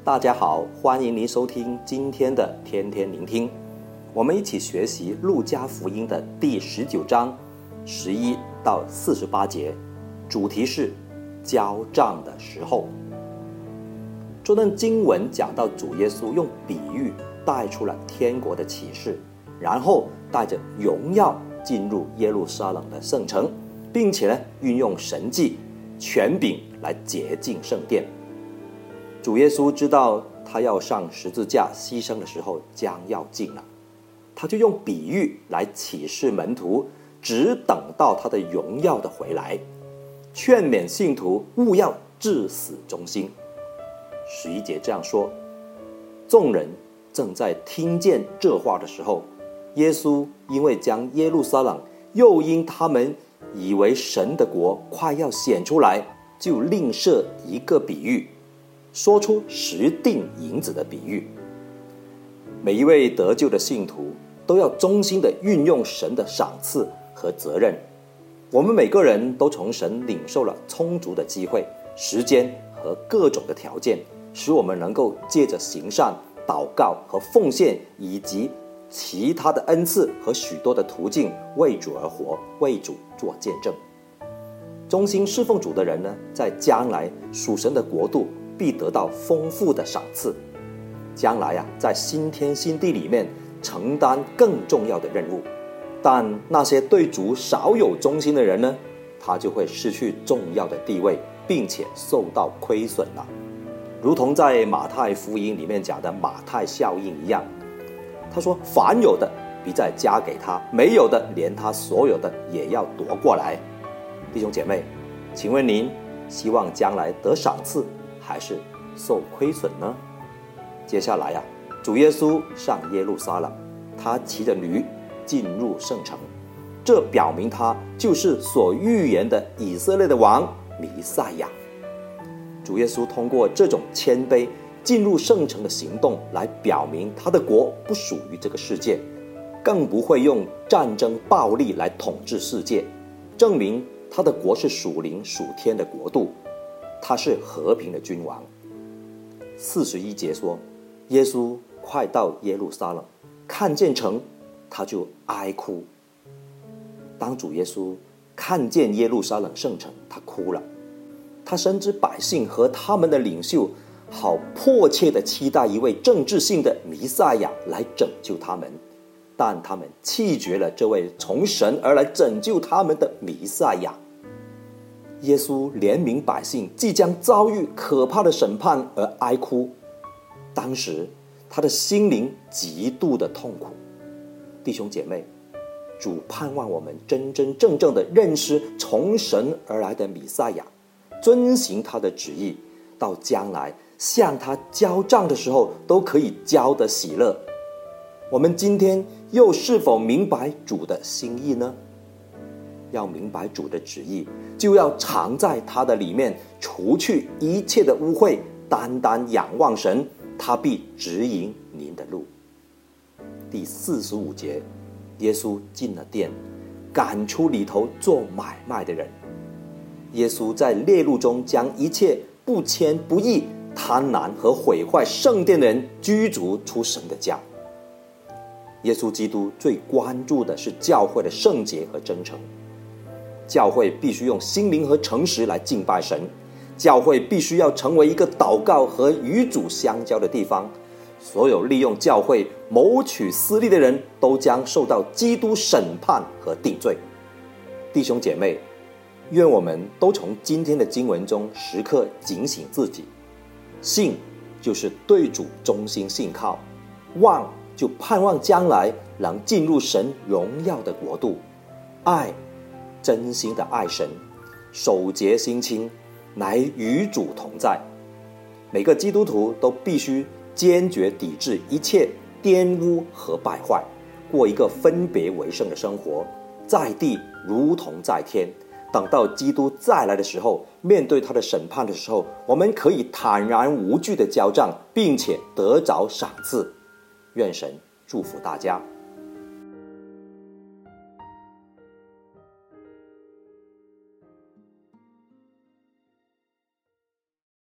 大家好，欢迎您收听今天的天天聆听。我们一起学习路加福音的第19章11到48节，主题是交账的时候。这段经文讲到主耶稣用比喻带出了天国的启示，然后带着荣耀进入耶路撒冷的圣城，并且运用神迹权柄来洁净圣殿。主耶稣知道他要上十字架牺牲的时候将要近了，他就用比喻来启示门徒，只等到他的荣耀的回来，劝勉信徒务要至死忠心。11节这样说：众人正在听见这话的时候，耶稣因为将耶路撒冷，又因他们以为神的国快要显出来，就另设一个比喻，说出10锭银子的比喻。每一位得救的信徒都要忠心地运用神的赏赐和责任。我们每个人都从神领受了充足的机会、时间和各种的条件，使我们能够借着行善、祷告和奉献，以及其他的恩赐和许多的途径，为主而活，为主做见证。忠心侍奉主的人呢，在将来属神的国度必得到丰富的赏赐，将来在新天新地里面承担更重要的任务。但那些对主少有忠心的人呢，他就会失去重要的地位，并且受到亏损了。如同在马太福音里面讲的马太效应一样，他说凡有的必再加给他，没有的连他所有的也要夺过来。弟兄姐妹，请问您希望将来得赏赐还是受亏损呢？接下来主耶稣上耶路撒冷，他骑着驴进入圣城，这表明他就是所预言的以色列的王弥赛亚。主耶稣通过这种谦卑进入圣城的行动，来表明他的国不属于这个世界，更不会用战争暴力来统治世界，证明他的国是属灵属天的国度，他是和平的君王。41节说，耶稣快到耶路撒冷，看见城，他就哀哭。当主耶稣看见耶路撒冷圣城，他哭了。他深知百姓和他们的领袖好迫切地期待一位政治性的弥赛亚来拯救他们，但他们弃绝了这位从神而来拯救他们的弥赛亚。耶稣怜悯百姓即将遭遇可怕的审判而哀哭，当时他的心灵极度的痛苦。弟兄姐妹，主盼望我们真真正正的认识从神而来的弥赛亚，遵行他的旨意，到将来向他交账的时候都可以交得喜乐。我们今天又是否明白主的心意呢？要明白主的旨意，就要常在他的里面，除去一切的污秽，单单仰望神，他必指引您的路。第45节，耶稣进了殿，赶出里头做买卖的人。耶稣在烈怒中将一切不谦不义、贪婪和毁坏圣殿的人驱逐出神的家。耶稣基督最关注的是教会的圣洁和真诚。教会必须用心灵和诚实来敬拜神，教会必须要成为一个祷告和与主相交的地方。所有利用教会谋取私利的人都将受到基督审判和定罪。弟兄姐妹，愿我们都从今天的经文中时刻警醒自己。信就是对主忠心信靠，望就盼望将来能进入神荣耀的国度，爱真心的爱神，守节心清，乃与主同在。每个基督徒都必须坚决抵制一切玷污和败坏，过一个分别为圣的生活，在地如同在天。等到基督再来的时候，面对他的审判的时候，我们可以坦然无惧的交账，并且得着赏赐。愿神祝福大家。